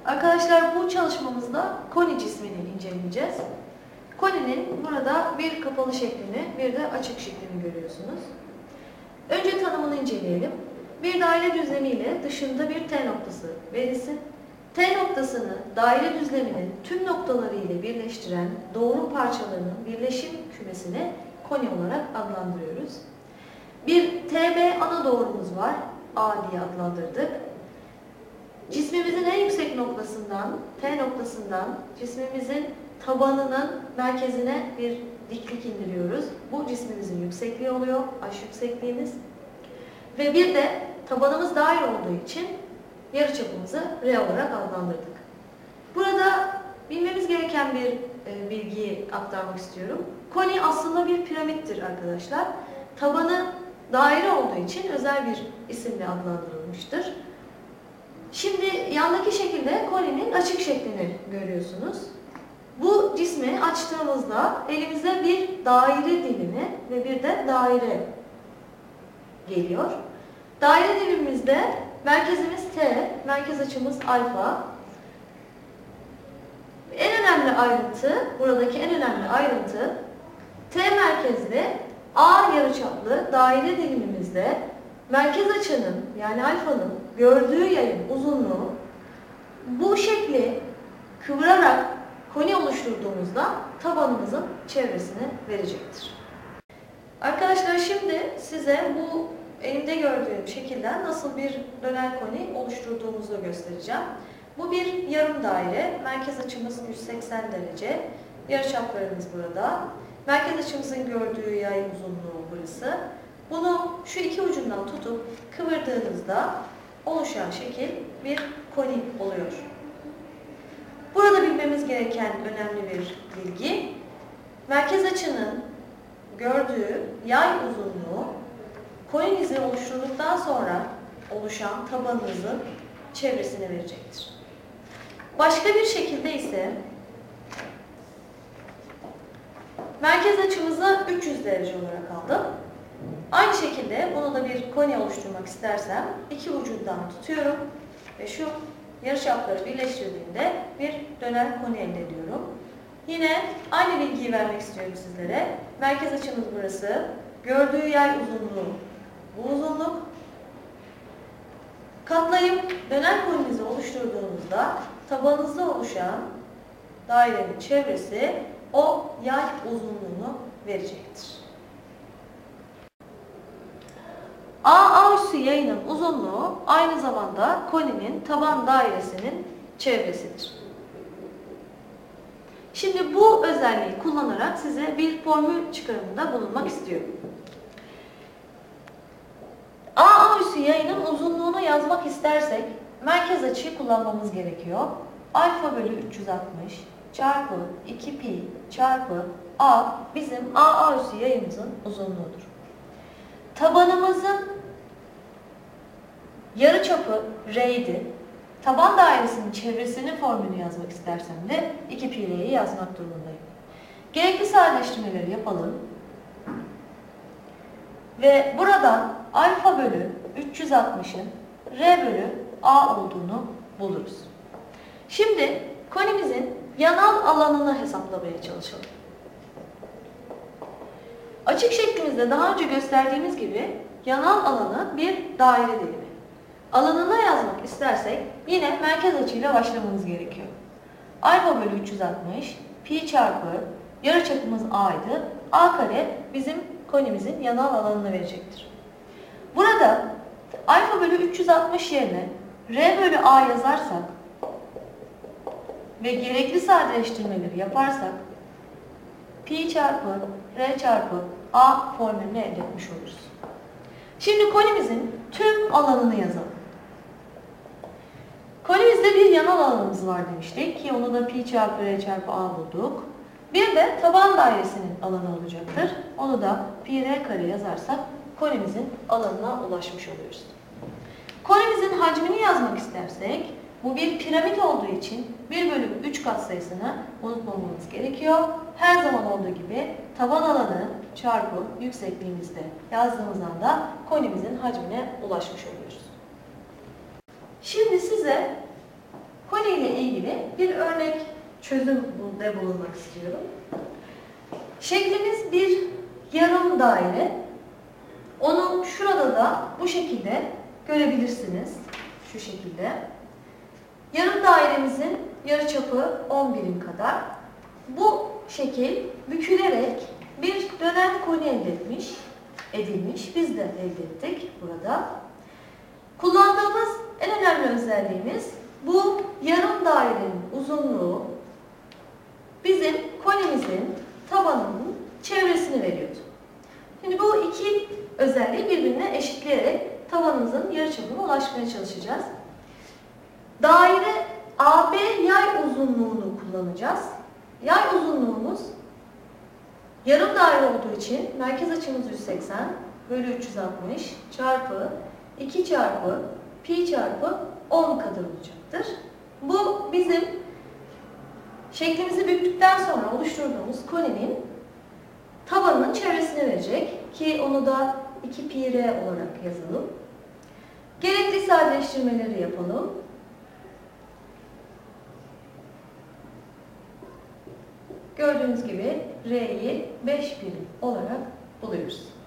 Arkadaşlar bu çalışmamızda koni cismini inceleyeceğiz. Koninin burada bir kapalı şeklini, bir de açık şeklini görüyorsunuz. Önce tanımını inceleyelim. Bir daire düzlemiyle dışında bir T noktası verilsin. T noktasını daire düzleminin tüm noktaları ile birleştiren doğru parçalarının birleşim kümesine koni olarak adlandırıyoruz. Bir TB ana doğrumuz var. A diye adlandırdık. Cismimizin en yüksek noktasından, T noktasından cismimizin tabanının merkezine bir diklik indiriyoruz. Bu cismimizin yüksekliği oluyor, H yüksekliğimiz. Ve bir de tabanımız daire olduğu için yarıçapımızı R olarak adlandırdık. Burada bilmemiz gereken bir bilgiyi aktarmak istiyorum. Koni aslında bir piramittir arkadaşlar. Tabanı daire olduğu için özel bir isimle adlandırılmıştır. Şimdi yandaki şekilde koninin açık şeklini görüyorsunuz. Bu cismi açtığımızda elimize bir daire dilimi ve bir de daire geliyor. Daire dilimimizde merkezimiz T, merkez açımız alfa. En önemli ayrıntı, buradaki en önemli ayrıntı T merkezli A yarıçaplı daire dilimimizde merkez açının yani alfanın gördüğü yayın uzunluğu bu şekli kıvırarak koni oluşturduğumuzda tabanımızın çevresini verecektir. Arkadaşlar şimdi size bu elimde gördüğüm şekilden nasıl bir döner koni oluşturduğumuzu göstereceğim. Bu bir yarım daire. Merkez açımız 180 derece. Yarıçaplarımız burada. Merkez açımızın gördüğü yay uzunluğu burası. Bunu şu iki ucundan tutup kıvırdığınızda oluşan şekil bir koni oluyor. Burada bilmemiz gereken önemli bir bilgi, merkez açının gördüğü yay uzunluğu koninizi oluşturduktan sonra oluşan tabanınızın çevresini verecektir. Başka bir şekilde ise merkez açımızı 300 derece olarak aldım. Aynı şekilde bunu da bir koni oluşturmak istersem iki ucundan tutuyorum ve şu yarıçapları birleştirdiğimde bir döner koni elde ediyorum. Yine aynı bilgiyi vermek istiyorum sizlere. Merkez açımız burası. Gördüğü yay uzunluğu bu uzunluk. Katlayıp döner koninizi oluşturduğunuzda tabanınızda oluşan dairenin çevresi o yay uzunluğunu verecektir. A üssü yayının uzunluğu aynı zamanda koninin taban dairesinin çevresidir. Şimdi bu özelliği kullanarak size bir formül çıkarımında bulunmak istiyorum. A üssü yayının uzunluğunu yazmak istersek merkez açıyı kullanmamız gerekiyor. Alfa bölü 360 çarpı 2 pi çarpı A bizim A üssü yayımızın uzunluğudur. Tabanımızın yarıçapı R'ydi. Taban dairesinin çevresinin formülünü yazmak istersem de 2 pi R'yi yazmak durumundayım. Gerekli sadeleştirmeleri yapalım. Ve buradan alfa bölü 360'ın R bölü A olduğunu buluruz. Şimdi konimizin yanal alanını hesaplamaya çalışalım. Açık şeklimizde daha önce gösterdiğimiz gibi yanal alanı bir daire dilimi. Alanına yazmak istersek yine merkez açıyla başlamamız gerekiyor. Alfa bölü 360 pi çarpı yarıçapımız A'ydı. A kare bizim konimizin yanal alanını verecektir. Burada alfa bölü 360 yerine R bölü A yazarsak ve gerekli sadeleştirmeleri yaparsak pi çarpı R çarpı A formülünü elde etmiş oluruz. Şimdi konimizin tüm alanını yazalım. Konimizde bir yanal alanımız var demiştik ki onu da pi çarpı R çarpı A bulduk. Bir de taban dairesinin alanı olacaktır. Onu da pi R kare yazarsak konimizin alanına ulaşmış oluyoruz. Konimizin hacmini yazmak istersek bu bir piramit olduğu için 1 bölü 3 katsayısını unutmamamız gerekiyor. Her zaman olduğu gibi taban alanı çarpı yüksekliğimizde yazdığımız anda konimizin hacmine ulaşmış oluyoruz. Şimdi size koni ile ilgili bir örnek çözümde bulunmak istiyorum. Şeklimiz bir yarım daire. Onu şurada da bu şekilde görebilirsiniz. Şu şekilde. Yarım dairemizin yarıçapı 10 birim kadar. Bu şekil bükülerek bir dönen koni elde edilmiş. Biz de elde ettik burada. Kullandığımız en önemli özelliğimiz bu yarım dairenin uzunluğu bizim konimizin tabanının çevresini veriyordu. Şimdi bu iki özelliği birbirine eşitleyerek tabanımızın yarıçapına ulaşmaya çalışacağız. Daire AB yay uzunluğunu kullanacağız. Yay uzunluğumuz yarım daire olduğu için merkez açımız 180 bölü 360 çarpı 2 çarpı pi çarpı 10 kadar olacaktır. Bu bizim şeklimizi büktükten sonra oluşturduğumuz koninin tabanının çevresini verecek ki onu da 2 pi r olarak yazalım. Gerekli sadeleştirmeleri yapalım. Gördüğünüz gibi R'yi 5 birim olarak buluyoruz.